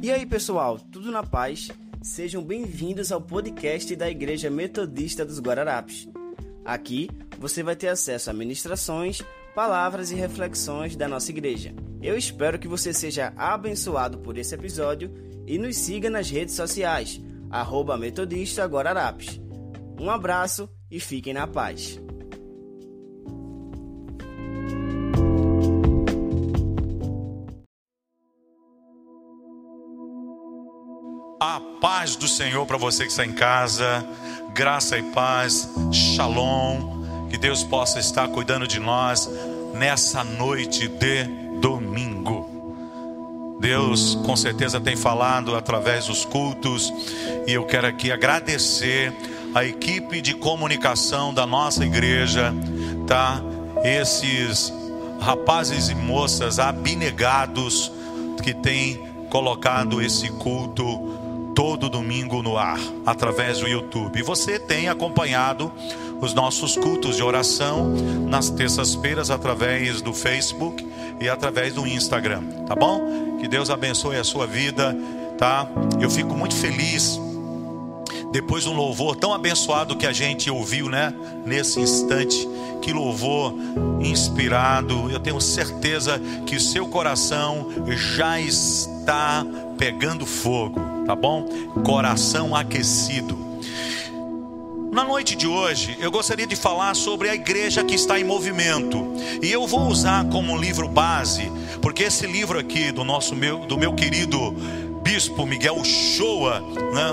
E aí, pessoal, tudo na paz? Sejam bem-vindos ao podcast da Igreja Metodista dos Guararapes. Aqui você vai ter acesso a ministrações, palavras e reflexões da nossa igreja. Eu espero que você seja abençoado por esse episódio e nos siga nas redes sociais, @Metodista Guararapes. Um abraço e fiquem na paz. A paz do Senhor para você que está em casa, graça e paz, shalom, que Deus possa estar cuidando de nós nessa noite de domingo. Deus com certeza tem falado através dos cultos e eu quero aqui agradecer a equipe de comunicação da nossa igreja, tá? Esses rapazes e moças abnegados que têm colocado esse culto todo domingo no ar, através do YouTube. E você tem acompanhado os nossos cultos de oração nas terças-feiras através do Facebook e através do Instagram, tá bom? Que Deus abençoe a sua vida, tá? Eu fico muito feliz depois de um louvor tão abençoado que a gente ouviu, né? Nesse instante, que louvor inspirado. Eu tenho certeza que o seu coração já está pegando fogo, tá bom? Coração aquecido. Na noite de hoje, eu gostaria de falar sobre a igreja que está em movimento. E eu vou usar como livro base, porque esse livro aqui do meu querido bispo Miguel Uchoa, né?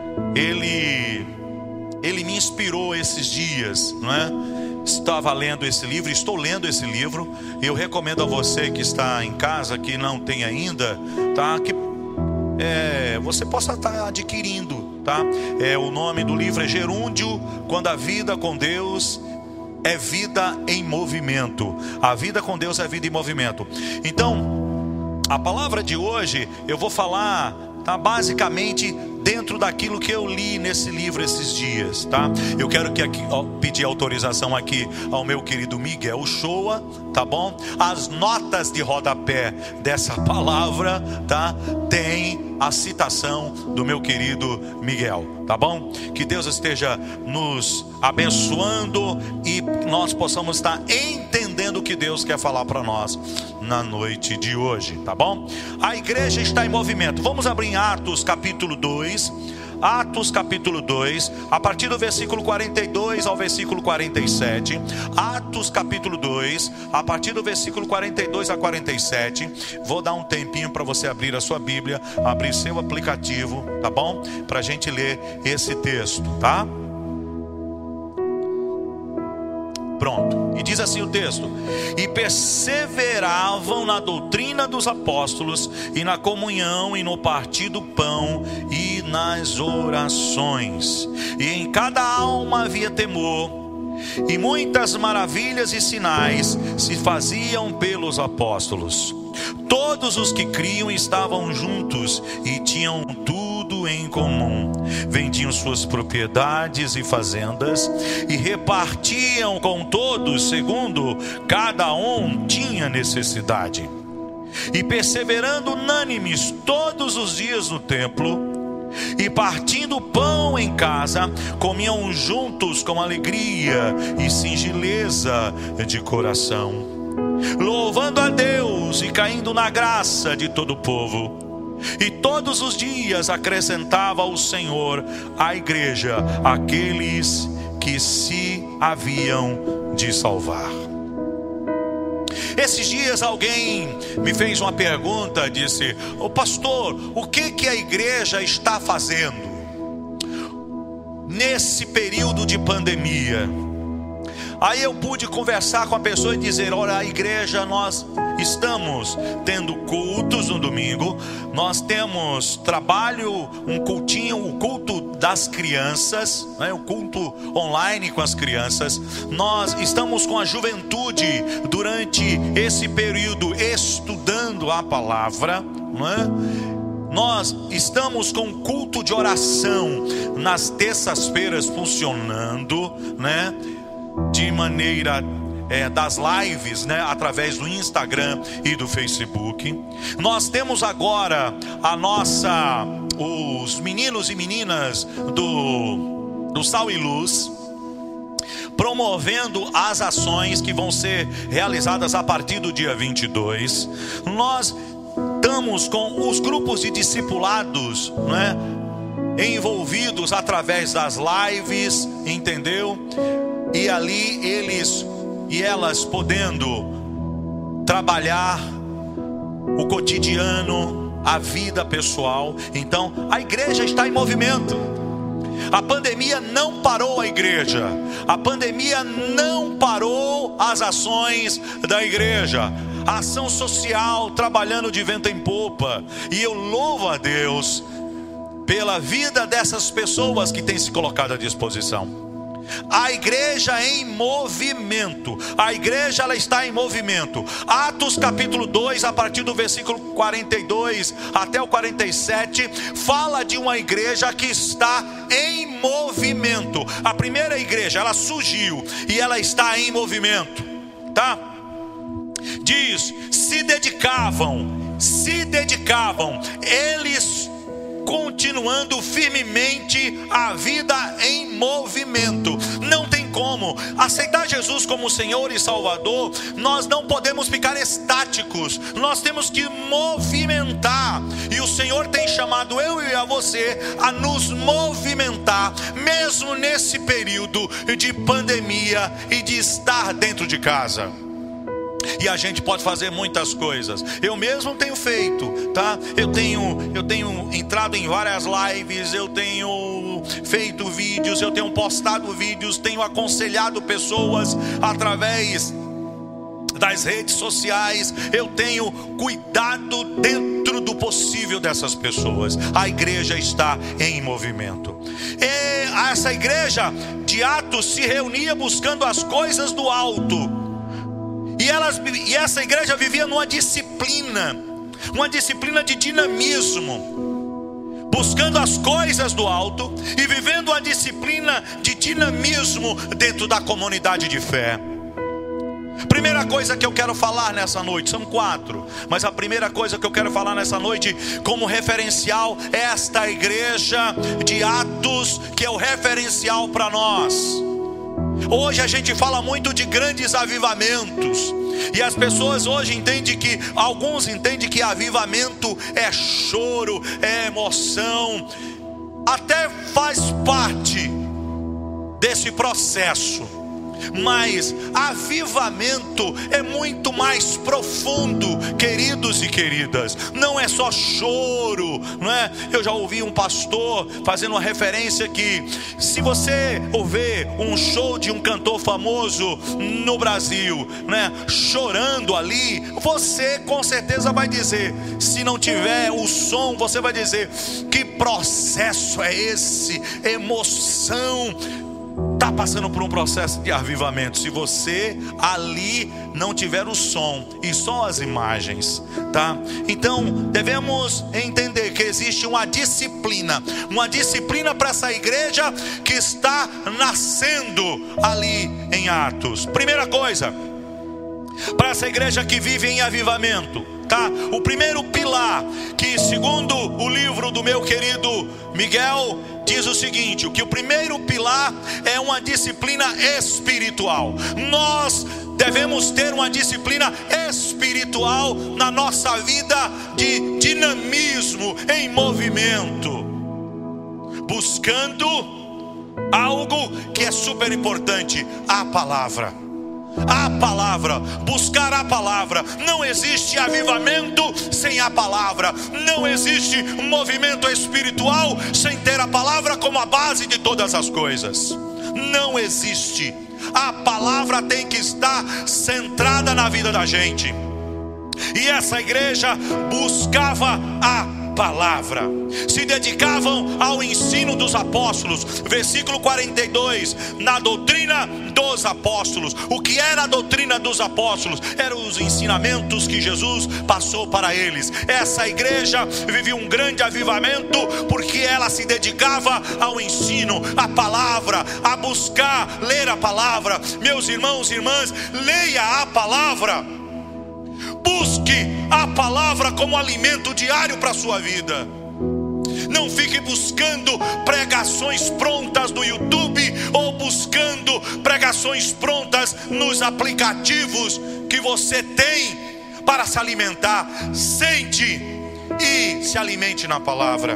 Ele me inspirou esses dias, não é? Estava lendo esse livro, estou lendo esse livro. E eu recomendo a você que está em casa, que não tem ainda, tá? Que você possa estar adquirindo, tá? O nome do livro é Gerúndio, quando a vida com Deus é vida em movimento. A vida com Deus é vida em movimento. Então, a palavra de hoje eu vou falar, tá? Basicamente dentro daquilo que eu li nesse livro esses dias, tá? Eu quero pedir autorização aqui ao meu querido Miguel Uchoa, tá bom? As notas de rodapé dessa palavra, tá? Tem a citação do meu querido Miguel, tá bom? Que Deus esteja nos abençoando e nós possamos estar entendendo o que Deus quer falar para nós na noite de hoje, tá bom? A igreja está em movimento. Vamos abrir em Atos capítulo 2. Atos capítulo 2, a partir do versículo 42 ao versículo 47. Atos capítulo 2, a partir do versículo 42 a 47. Vou dar um tempinho para você abrir a sua Bíblia, abrir seu aplicativo, tá bom? Para a gente ler esse texto, tá? Pronto, e diz assim o texto: e perseveravam na doutrina dos apóstolos, e na comunhão, e no partir do pão, e nas orações. E em cada alma havia temor, e muitas maravilhas e sinais se faziam pelos apóstolos. Todos os que criam estavam juntos e tinham tudo em comum. Vendiam suas propriedades e fazendas e repartiam com todos segundo cada um tinha necessidade. E perseverando unânimes todos os dias no templo, e partindo o pão em casa, comiam juntos com alegria e singeleza de coração, louvando a Deus e caindo na graça de todo o povo. E todos os dias acrescentava o Senhor à igreja aqueles que se haviam de salvar. Esses dias alguém me fez uma pergunta, disse: "Ô pastor, o que a igreja está fazendo nesse período de pandemia?" Aí eu pude conversar com a pessoa e dizer: olha, a igreja, nós estamos tendo cultos no domingo, nós temos trabalho, um cultinho, o culto das crianças, né? O culto online com as crianças. Nós estamos com a juventude durante esse período estudando a palavra, não é? Nós estamos com culto de oração nas terças-feiras funcionando, né? De maneira das lives, né, através do Instagram e do Facebook. Nós temos agora os meninos e meninas do Sal e Luz, promovendo as ações que vão ser realizadas a partir do dia 22. Nós estamos com os grupos de discipulados, né, envolvidos através das lives, entendeu? E ali eles e elas podendo trabalhar o cotidiano, a vida pessoal. Então a igreja está em movimento. A pandemia não parou a igreja. A pandemia não parou as ações da igreja. A ação social trabalhando de vento em popa. E eu louvo a Deus pela vida dessas pessoas que têm se colocado à disposição. A igreja em movimento. A igreja, ela está em movimento. Atos capítulo 2, a partir do versículo 42 até o 47, fala de uma igreja que está em movimento. A primeira igreja, ela surgiu e ela está em movimento, tá? Diz, se dedicavam, eles continuando firmemente a vida em movimento. Não tem como aceitar Jesus como Senhor e Salvador. Nós não podemos ficar estáticos, nós temos que movimentar. E o Senhor tem chamado eu e a você a nos movimentar, mesmo nesse período de pandemia e de estar dentro de casa. E a gente pode fazer muitas coisas. Eu mesmo tenho feito, tá? Eu tenho entrado em várias lives, eu tenho feito vídeos, eu tenho postado vídeos, tenho aconselhado pessoas através das redes sociais. Eu tenho cuidado dentro do possível dessas pessoas. A igreja está em movimento. E essa igreja de Atos se reunia buscando as coisas do alto. E essa igreja vivia numa disciplina de dinamismo, buscando as coisas do alto e vivendo a disciplina de dinamismo dentro da comunidade de fé. Primeira coisa que eu quero falar nessa noite, são 4, mas a primeira coisa que eu quero falar nessa noite como referencial é esta igreja de Atos, que é o referencial para nós. Hoje a gente fala muito de grandes avivamentos, e as pessoas hoje alguns entendem que avivamento é choro, é emoção. Até faz parte desse processo, mas avivamento é muito mais profundo, queridos e queridas. Não é só choro, não é? Eu já ouvi um pastor fazendo uma referência que se você ouvir um show de um cantor famoso no Brasil, né, chorando ali, você com certeza vai dizer, se não tiver o som, você vai dizer, que processo é esse? Emoção. Está passando por um processo de avivamento. Se você ali não tiver o som e só as imagens, tá? Então devemos entender que existe uma disciplina para essa igreja que está nascendo ali em Atos. Primeira coisa, para essa igreja que vive em avivamento, tá? O primeiro pilar, que segundo o livro do meu querido Miguel, diz o seguinte, que o primeiro pilar é uma disciplina espiritual. Nós devemos ter uma disciplina espiritual na nossa vida de dinamismo, em movimento, buscando algo que é super importante, a palavra. A palavra, buscar a palavra. Não existe avivamento sem a palavra. Não existe movimento espiritual sem ter a palavra como a base de todas as coisas. Não existe. A palavra tem que estar centrada na vida da gente. E essa igreja buscava a palavra, se dedicavam ao ensino dos apóstolos. Versículo 42, na doutrina dos apóstolos. O que era a doutrina dos apóstolos? Eram os ensinamentos que Jesus passou para eles. Essa igreja vivia um grande avivamento porque ela se dedicava ao ensino, à palavra, a buscar ler a palavra. Meus irmãos e irmãs, leia a palavra. Busque a palavra como alimento diário para a sua vida. Não fique buscando pregações prontas no YouTube ou buscando pregações prontas nos aplicativos que você tem para se alimentar. Sente e se alimente na palavra.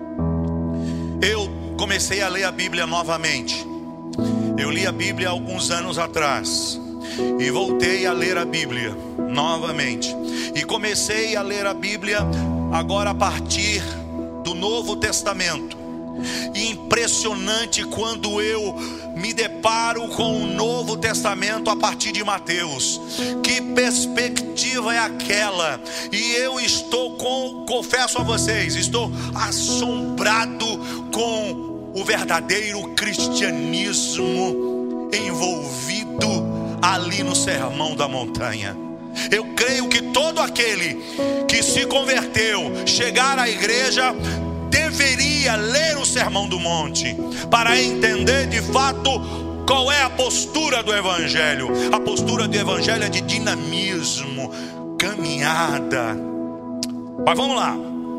Eu comecei a ler a Bíblia novamente. Eu li a Bíblia há alguns anos atrás e voltei a ler a Bíblia novamente. E comecei a ler a Bíblia agora a partir do Novo Testamento. E impressionante quando eu me deparo com o Novo Testamento a partir de Mateus. Que perspectiva é aquela? E eu estou confesso a vocês, estou assombrado com o verdadeiro cristianismo envolvido ali no Sermão da Montanha. Eu creio que todo aquele que se converteu, chegar à igreja, deveria ler o Sermão do Monte para entender de fato qual é a postura do Evangelho. A postura do Evangelho é de dinamismo, caminhada. Mas vamos lá.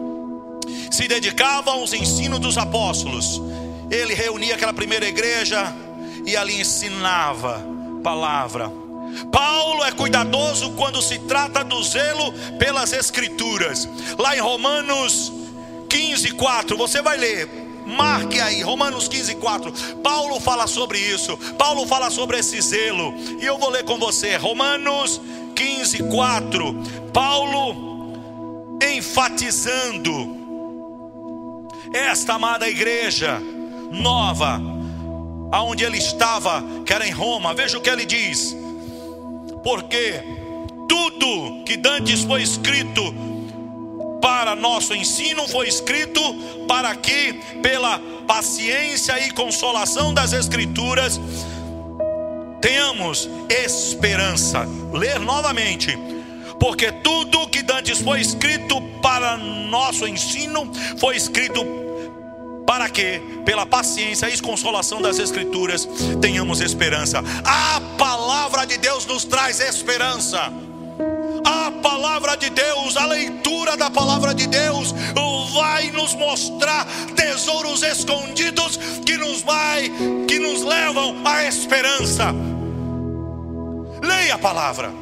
Se dedicava aos ensinos dos apóstolos. Ele reunia aquela primeira igreja e ali ensinava palavra. Paulo é cuidadoso quando se trata do zelo pelas Escrituras. Lá em Romanos 15:4, você vai ler, marque aí, Romanos 15:4. Paulo fala sobre isso, Paulo fala sobre esse zelo. E eu vou ler com você, Romanos 15:4. Paulo enfatizando esta amada igreja nova, aonde ele estava, que era em Roma. Veja o que ele diz: porque tudo que dantes foi escrito para nosso ensino, foi escrito para que, pela paciência e consolação das Escrituras, tenhamos esperança. Ler novamente: porque tudo que dantes foi escrito para nosso ensino, foi escrito para que, pela paciência e consolação das Escrituras, tenhamos esperança. A palavra de Deus nos traz esperança. A palavra de Deus, a leitura da palavra de Deus vai nos mostrar tesouros escondidos que nos levam à esperança. Leia a palavra.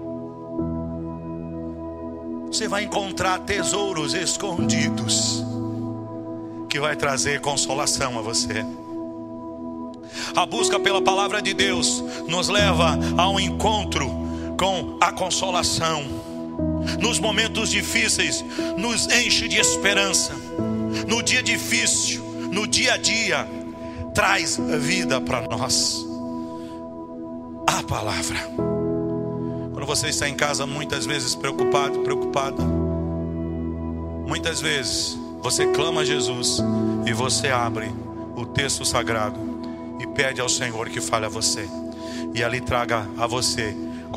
Você vai encontrar tesouros escondidos que vai trazer consolação a você. A busca pela palavra de Deus nos leva a um encontro com a consolação. Nos momentos difíceis, nos enche de esperança. No dia difícil, no dia a dia, traz vida para nós. A palavra. Quando você está em casa, muitas vezes preocupado, muitas vezes você clama a Jesus e você abre o texto sagrado e pede ao Senhor que fale a você, e ali traga a você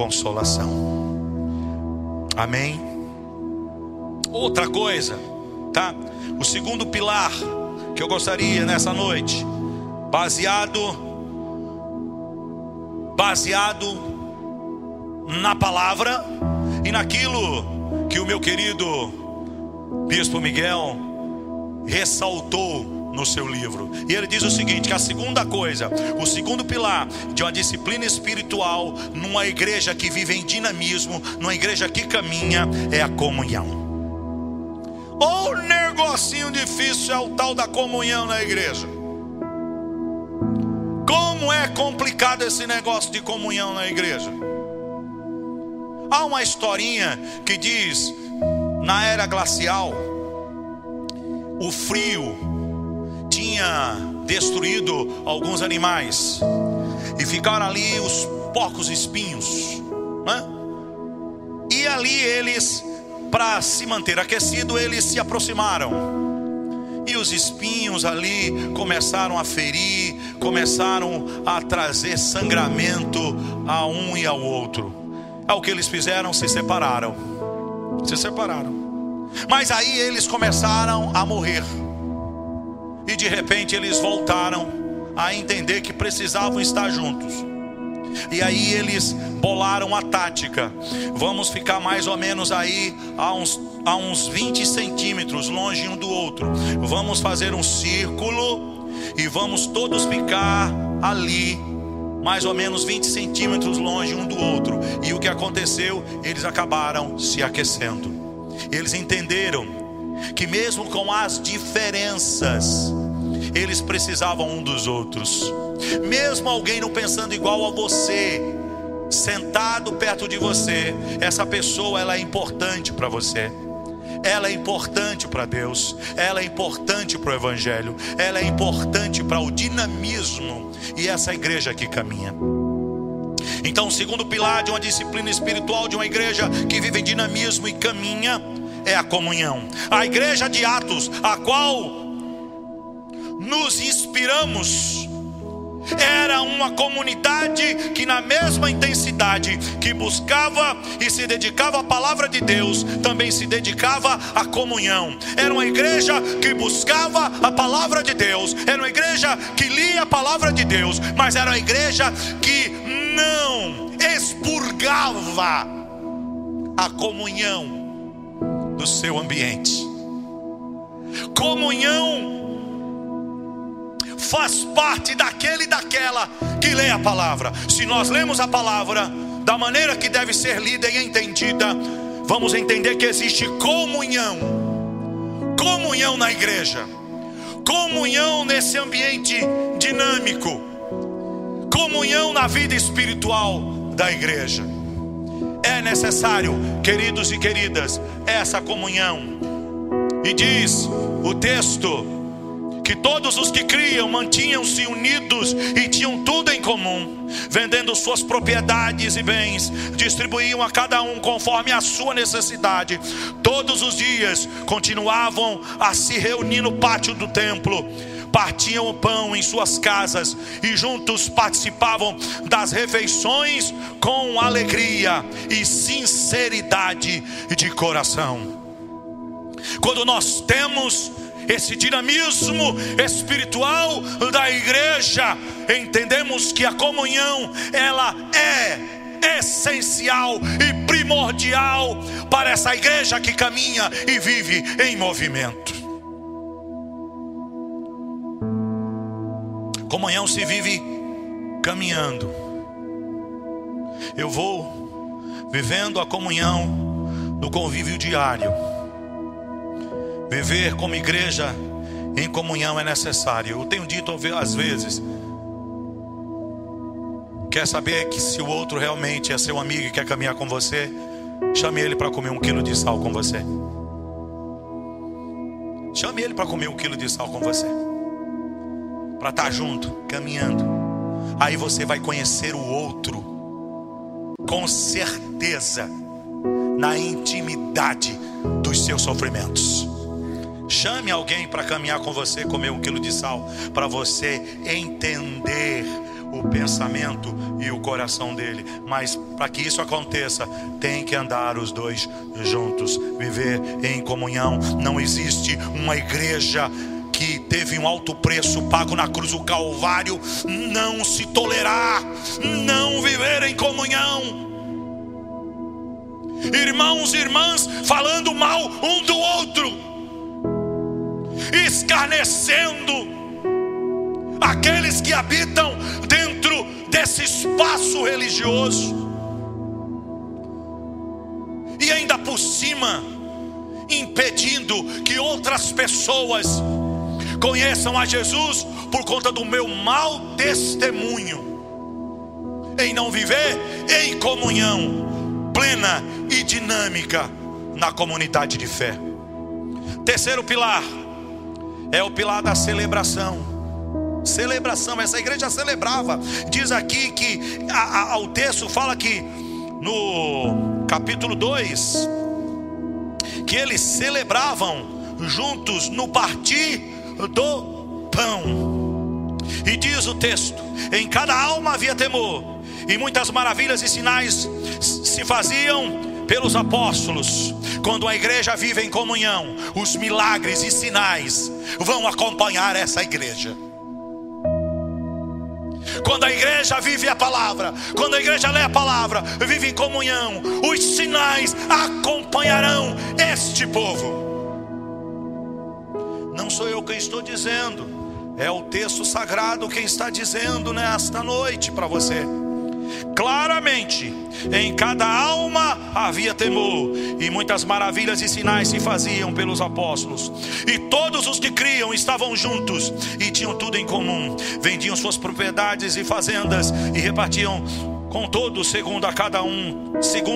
consolação. Amém? Outra coisa, tá? O segundo pilar que eu gostaria nessa noite, baseado na palavra e naquilo que o meu querido Bispo Miguel ressaltou no seu livro. E ele diz o seguinte, que a segunda coisa, o segundo pilar de uma disciplina espiritual numa igreja que vive em dinamismo, numa igreja que caminha, é a comunhão. O negocinho difícil é o tal da comunhão na igreja. Como é complicado esse negócio de comunhão na igreja. Há uma historinha que diz, na era glacial, o frio tinha destruído alguns animais e ficaram ali os porcos espinhos, né? E ali eles, para se manter aquecido, eles se aproximaram. E os espinhos ali começaram a ferir, começaram a trazer sangramento a um e ao outro. É o que eles fizeram, se separaram. Mas aí eles começaram a morrer. E de repente eles voltaram a entender que precisavam estar juntos. E aí eles bolaram a tática: vamos ficar mais ou menos aí a uns 20 centímetros longe um do outro. Vamos fazer um círculo e vamos todos ficar ali, mais ou menos 20 centímetros longe um do outro. E o que aconteceu? Eles acabaram se aquecendo. Eles entenderam que mesmo com as diferenças, eles precisavam um dos outros. Mesmo alguém não pensando igual a você, sentado perto de você, essa pessoa, ela é importante para você. Ela é importante para Deus. Ela é importante para o Evangelho. Ela é importante para o dinamismo e essa igreja que caminha. Então, o segundo pilar de uma disciplina espiritual de uma igreja que vive em dinamismo e caminha é a comunhão. A igreja de Atos, a qual nos inspiramos, era uma comunidade que, na mesma intensidade que buscava e se dedicava à palavra de Deus, também se dedicava à comunhão. Era uma igreja que buscava a palavra de Deus, era uma igreja que lia a palavra de Deus, mas era uma igreja que não expurgava a comunhão do seu ambiente. Comunhão faz parte daquele e daquela que lê a palavra. Se nós lemos a palavra da maneira que deve ser lida e entendida, vamos entender que existe comunhão. Comunhão na igreja. Comunhão nesse ambiente dinâmico. Comunhão na vida espiritual da igreja. É necessário, queridos e queridas, essa comunhão. E diz o texto que todos os que criam mantinham-se unidos e tinham tudo em comum, vendendo suas propriedades e bens, distribuíam a cada um conforme a sua necessidade. Todos os dias continuavam a se reunir no pátio do templo, partiam o pão em suas casas e juntos participavam das refeições com alegria e sinceridade de coração. Quando nós temos esse dinamismo espiritual da igreja, entendemos que a comunhão, ela é essencial e primordial para essa igreja que caminha e vive em movimento. Comunhão se vive caminhando. Eu vou vivendo a comunhão no convívio diário. Viver como igreja em comunhão é necessário. Eu tenho dito às vezes, quer saber que se o outro realmente é seu amigo e quer caminhar com você, chame ele para comer 1 quilo de sal com você. Chame ele para comer 1 quilo de sal com você, para estar junto, caminhando. Aí você vai conhecer o outro com certeza, na intimidade dos seus sofrimentos. Chame alguém para caminhar com você, comer 1 quilo de sal, para você entender o pensamento e o coração dele. Mas para que isso aconteça, tem que andar os dois juntos, viver em comunhão. Não existe uma igreja que teve um alto preço pago na cruz do Calvário não se tolerar, não viver em comunhão. Irmãos e irmãs falando mal um do outro, escarnecendo aqueles que habitam dentro desse espaço religioso, e ainda por cima impedindo que outras pessoas conheçam a Jesus por conta do meu mau testemunho, em não viver em comunhão plena e dinâmica na comunidade de fé. Terceiro pilar é o pilar da celebração. Celebração, essa igreja celebrava. Diz aqui que o texto fala que no capítulo 2 que eles celebravam juntos no partir do pão. E diz o texto: em cada alma havia temor, e muitas maravilhas e sinais se faziam pelos apóstolos. Quando a igreja vive em comunhão, os milagres e sinais vão acompanhar essa igreja. Quando a igreja vive a palavra, quando a igreja lê a palavra, vive em comunhão, os sinais acompanharão este povo. Não sou eu quem estou dizendo, é o texto sagrado quem está dizendo nesta noite para você. Claramente, em cada alma havia temor, e muitas maravilhas e sinais se faziam pelos apóstolos. E todos os que criam estavam juntos e tinham tudo em comum. Vendiam suas propriedades e fazendas e repartiam com todos segundo cada um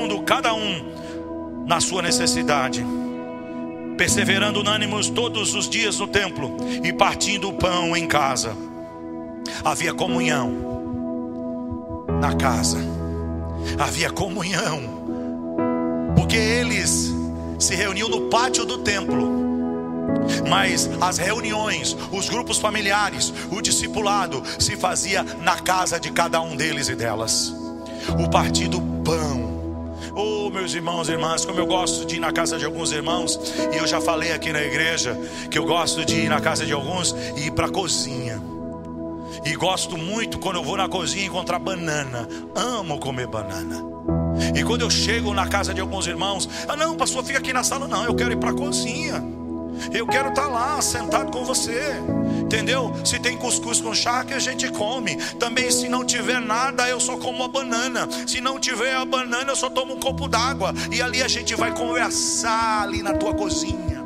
na sua necessidade. Perseverando unânimes todos os dias no templo e partindo o pão em casa. Havia comunhão na casa, havia comunhão, porque eles se reuniam no pátio do templo, mas as reuniões, os grupos familiares, o discipulado se fazia na casa de cada um deles e delas. O partir do pão. Oh, meus irmãos e irmãs, como eu gosto de ir na casa de alguns irmãos, e eu já falei aqui na igreja que eu gosto de ir na casa de alguns e ir para a cozinha. E gosto muito quando eu vou na cozinha encontrar banana. Amo comer banana. E quando eu chego na casa de alguns irmãos, não, pastor, fica aqui na sala. Não, eu quero ir para a cozinha. Eu quero estar lá sentado com você. Entendeu? Se tem cuscuz com charque, a gente come. Também, se não tiver nada, eu só como a banana. Se não tiver a banana, eu só tomo um copo d'água. E ali a gente vai conversar ali na tua cozinha.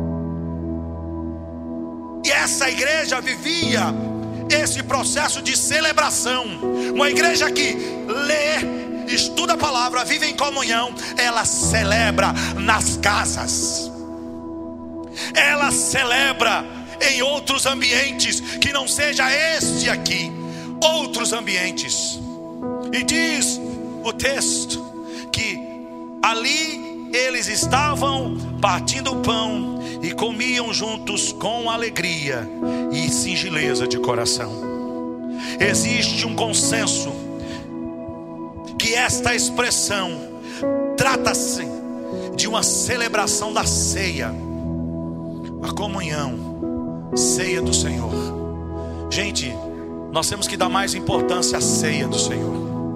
E essa igreja vivia esse processo de celebração. Uma igreja que lê, estuda a palavra, vive em comunhão, ela celebra nas casas, ela celebra em outros ambientes que não seja este aqui, outros ambientes. E diz o texto que ali eles estavam partindo o pão e comiam juntos com alegria e singeleza de coração. Existe um consenso que esta expressão trata-se de uma celebração da ceia, a comunhão, ceia do Senhor. Gente, nós temos que dar mais importância à ceia do Senhor.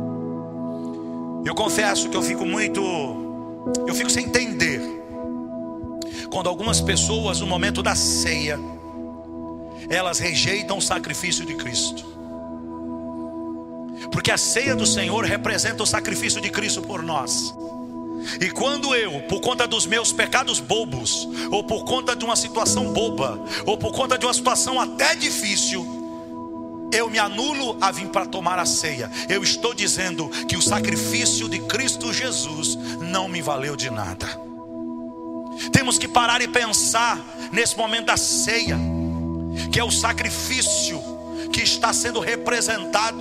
Eu confesso que eu fico sem entender quando algumas pessoas no momento da ceia elas rejeitam o sacrifício de Cristo. Porque a ceia do Senhor representa o sacrifício de Cristo por nós. E quando eu, por conta dos meus pecados bobos, ou por conta de uma situação boba, ou por conta de uma situação até difícil, eu me anulo a vir para tomar a ceia, eu estou dizendo que o sacrifício de Cristo Jesus não me valeu de nada. Temos que parar e pensar nesse momento da ceia, que é o sacrifício que está sendo representado.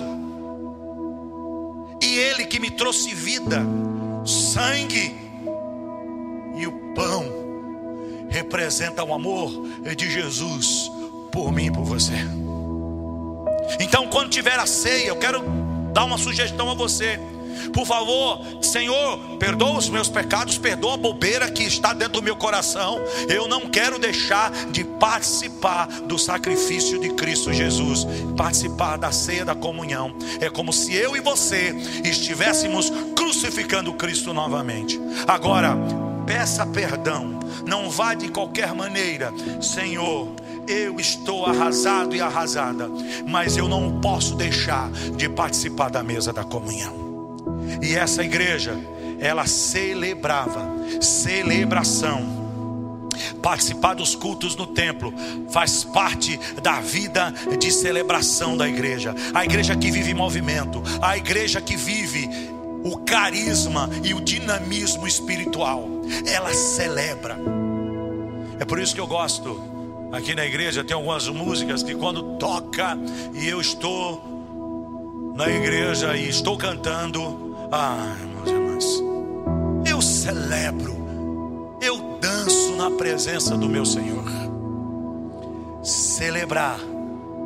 E Ele que me trouxe vida, sangue e o pão representa o amor de Jesus por mim e por você. Então, quando tiver a ceia, eu quero dar uma sugestão a você. Por favor, Senhor, perdoa os meus pecados, perdoa a bobeira que está dentro do meu coração. Eu não quero deixar de participar do sacrifício de Cristo Jesus, participar da ceia da comunhão. É como se eu e você estivéssemos crucificando Cristo novamente. Agora, peça perdão, não vá de qualquer maneira. Senhor, eu estou arrasado e arrasada, mas eu não posso deixar de participar da mesa da comunhão. E essa igreja, ela celebrava, celebração. Participar dos cultos no templo faz parte da vida de celebração da igreja. A igreja que vive movimento, a igreja que vive o carisma e o dinamismo espiritual, ela celebra. É por isso que eu gosto, aqui na igreja tem algumas músicas que quando toca e eu estou na igreja e estou cantando, irmãos e irmãs, eu celebro, eu danço na presença do meu Senhor. Celebrar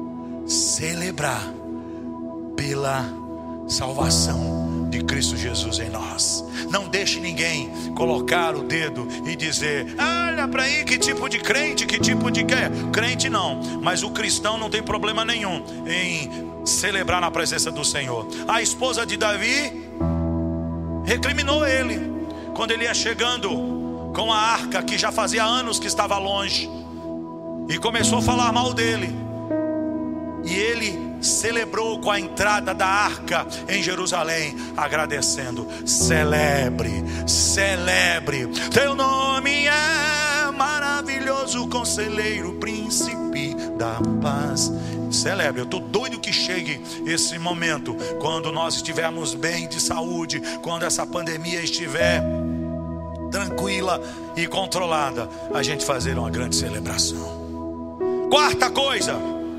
celebrar pela salvação de Cristo Jesus em nós. Não deixe ninguém colocar o dedo e dizer: olha para aí, que tipo de crente, que tipo de crente não. Mas o cristão não tem problema nenhum em celebrar na presença do Senhor. A esposa de Davi recriminou ele quando ele ia chegando com a arca, que já fazia anos que estava longe, e começou a falar mal dele. E ele celebrou com a entrada da arca em Jerusalém, agradecendo: celebre, celebre, teu nome é maravilhoso, conselheiro, príncipe da paz. Celebre. Eu estou doido que chegue esse momento, quando nós estivermos bem de saúde, quando essa pandemia estiver tranquila e controlada, a gente fazer uma grande celebração. Quarta coisa,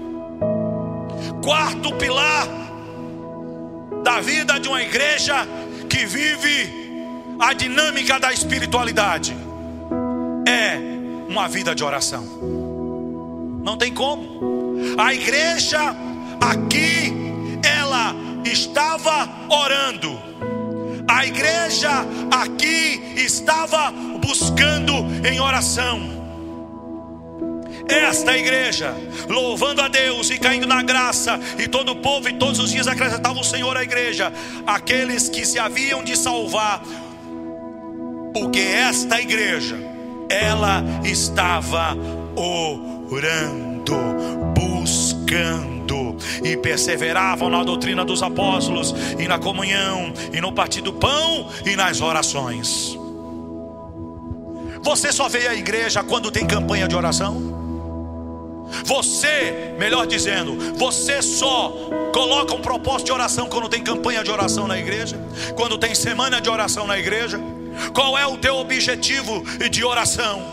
quarto pilar da vida de uma igreja que vive a dinâmica da espiritualidade é uma vida de oração. Não tem como. A igreja aqui, ela estava orando. A igreja aqui estava buscando em oração. Esta igreja, louvando a Deus e caindo na graça, e todo o povo e todos os dias acrescentavam o Senhor à igreja aqueles que se haviam de salvar, porque esta igreja, ela estava orando, buscando, e perseveravam na doutrina dos apóstolos, e na comunhão, e no partir do pão, e nas orações. Você só veio à igreja quando tem campanha de oração? Você, melhor dizendo, você só coloca um propósito de oração quando tem campanha de oração na igreja? Quando tem semana de oração na igreja? Qual é o teu objetivo de oração?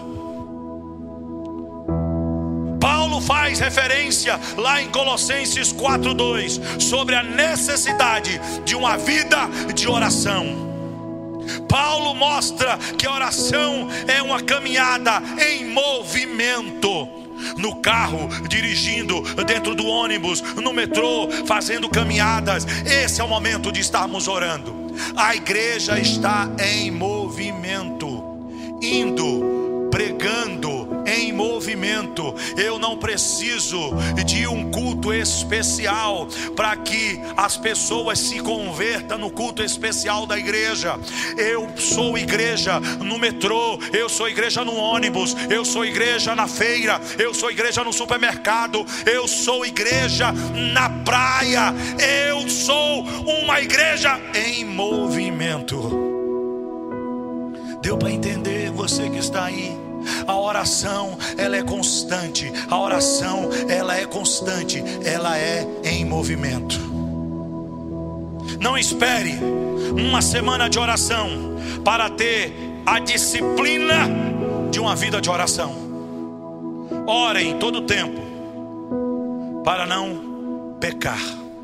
Paulo faz referência lá em Colossenses 4:2 sobre a necessidade de uma vida de oração. Paulo mostra que a oração é uma caminhada em movimento. No carro, dirigindo, dentro do ônibus, no metrô, fazendo caminhadas. Esse é o momento de estarmos orando. A igreja está em movimento, indo, pregando em movimento. Eu não preciso de um culto especial para que as pessoas se convertam no culto especial da igreja. Eu sou igreja no metrô, eu sou igreja no ônibus, eu sou igreja na feira, eu sou igreja no supermercado, eu sou igreja na praia, eu sou uma igreja em movimento. Deu para entender, você que está aí? A oração, ela é constante. A oração, ela é constante. Ela é em movimento. Não espere uma semana de oração para ter a disciplina de uma vida de oração. Ore em todo tempo para não pecar.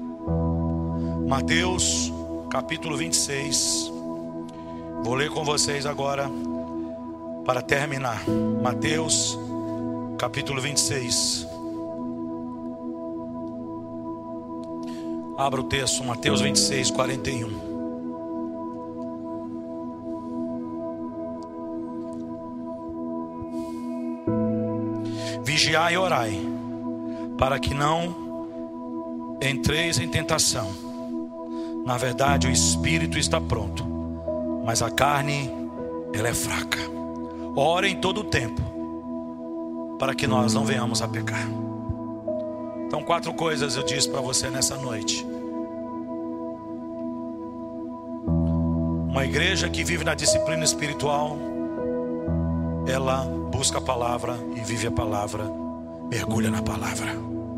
Mateus capítulo 26. Vou ler com vocês agora para terminar. Mateus capítulo 26. Abra o texto, Mateus 26, 41. Vigiai e orai, para que não entreis em tentação. Na verdade, o espírito está pronto, mas a carne, ela é fraca. Ore em todo o tempo, para que nós não venhamos a pecar. Então, 4 coisas eu disse para você nessa noite. Uma igreja que vive na disciplina espiritual, ela busca a palavra e vive a palavra, mergulha na palavra.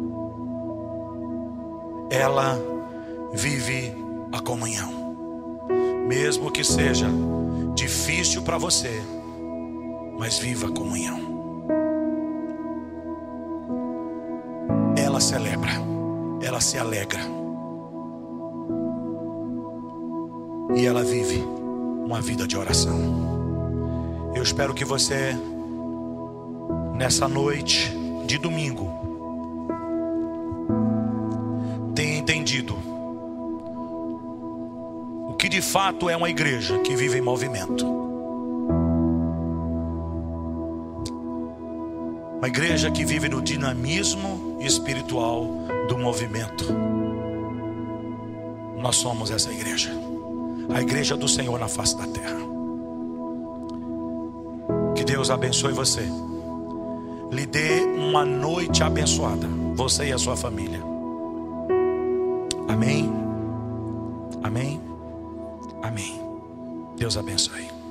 Ela vive a comunhão, mesmo que seja difícil para você, mas viva a comunhão. Ela celebra, ela se alegra, e ela vive uma vida de oração. Eu espero que você, nessa noite de domingo, entendido o que de fato é uma igreja que vive em movimento. Uma igreja que vive no dinamismo espiritual do movimento. Nós somos essa igreja, a igreja do Senhor na face da terra. Que Deus abençoe você, lhe dê uma noite abençoada, você e a sua família. Amém, amém, amém. Deus abençoe.